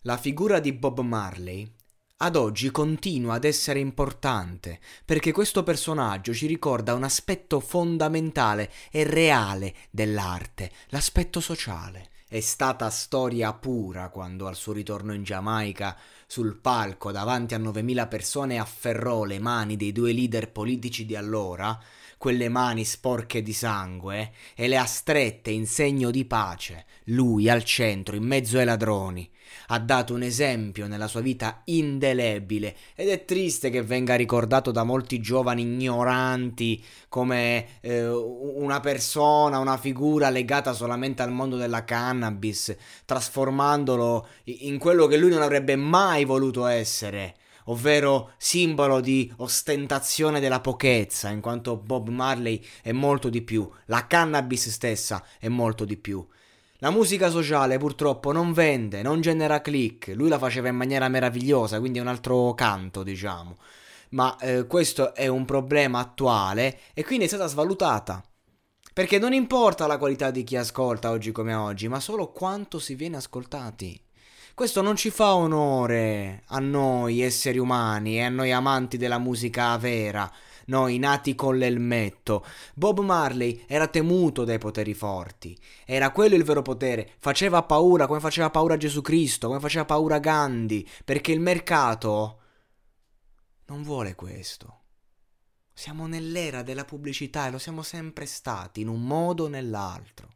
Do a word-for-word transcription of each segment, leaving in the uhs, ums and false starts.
La figura di Bob Marley ad oggi continua ad essere importante perché questo personaggio ci ricorda un aspetto fondamentale e reale dell'arte, l'aspetto sociale. È stata storia pura quando al suo ritorno in Giamaica, sul palco davanti a novemila persone, afferrò le mani dei due leader politici di allora, quelle mani sporche di sangue, e le ha strette in segno di pace, lui al centro, in mezzo ai ladroni. Ha dato un esempio nella sua vita indelebile ed è triste che venga ricordato da molti giovani ignoranti come eh, una persona, una figura legata solamente al mondo della cannabis, trasformandolo in quello che lui non avrebbe mai voluto essere, ovvero simbolo di ostentazione della pochezza, in quanto Bob Marley è molto di più, la cannabis stessa è molto di più. La musica sociale purtroppo non vende, non genera click, lui la faceva in maniera meravigliosa, quindi è un altro canto, diciamo. Ma eh, questo è un problema attuale e quindi è stata svalutata. Perché non importa la qualità di chi ascolta oggi come oggi, ma solo quanto si viene ascoltati. Questo non ci fa onore a noi esseri umani e a noi amanti della musica vera, noi nati con l'elmetto. Bob Marley era temuto dai poteri forti, era quello il vero potere, faceva paura come faceva paura Gesù Cristo, come faceva paura Gandhi, perché il mercato non vuole questo. Siamo nell'era della pubblicità e lo siamo sempre stati, in un modo o nell'altro.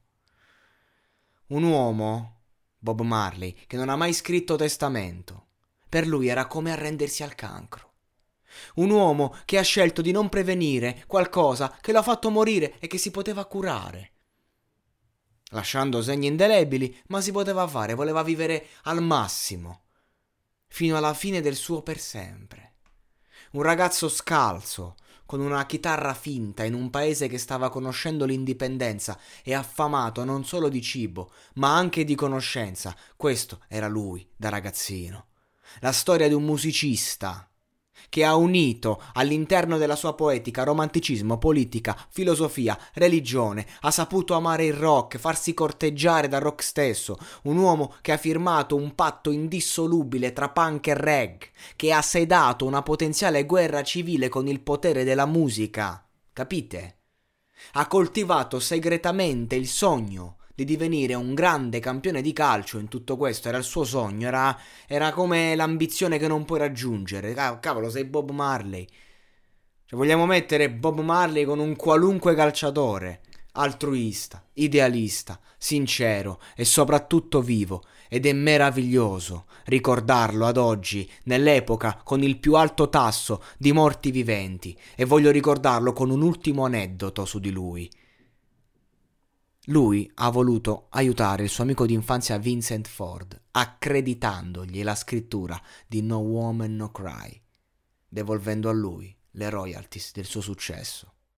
Un uomo, Bob Marley, che non ha mai scritto testamento, per lui era come arrendersi al cancro. Un uomo che ha scelto di non prevenire qualcosa che lo ha fatto morire e che si poteva curare, lasciando segni indelebili, ma si poteva fare, voleva vivere al massimo, fino alla fine del suo per sempre. Un ragazzo scalzo, con una chitarra finta in un paese che stava conoscendo l'indipendenza e affamato non solo di cibo, ma anche di conoscenza. Questo era lui da ragazzino. La storia di un musicista che ha unito all'interno della sua poetica romanticismo, politica, filosofia, religione, ha saputo amare il rock, farsi corteggiare dal rock stesso, un uomo che ha firmato un patto indissolubile tra punk e reggae, che ha sedato una potenziale guerra civile con il potere della musica, capite? Ha coltivato segretamente il sogno di divenire un grande campione di calcio. In tutto questo era il suo sogno, era, era come l'ambizione che non puoi raggiungere. Cavolo, sei Bob Marley, cioè, vogliamo mettere Bob Marley con un qualunque calciatore, altruista, idealista, sincero e soprattutto vivo, ed è meraviglioso ricordarlo ad oggi, nell'epoca con il più alto tasso di morti viventi, e voglio ricordarlo con un ultimo aneddoto su di lui. Lui ha voluto aiutare il suo amico d'infanzia Vincent Ford, accreditandogli la scrittura di No Woman No Cry, devolvendo a lui le royalties del suo successo.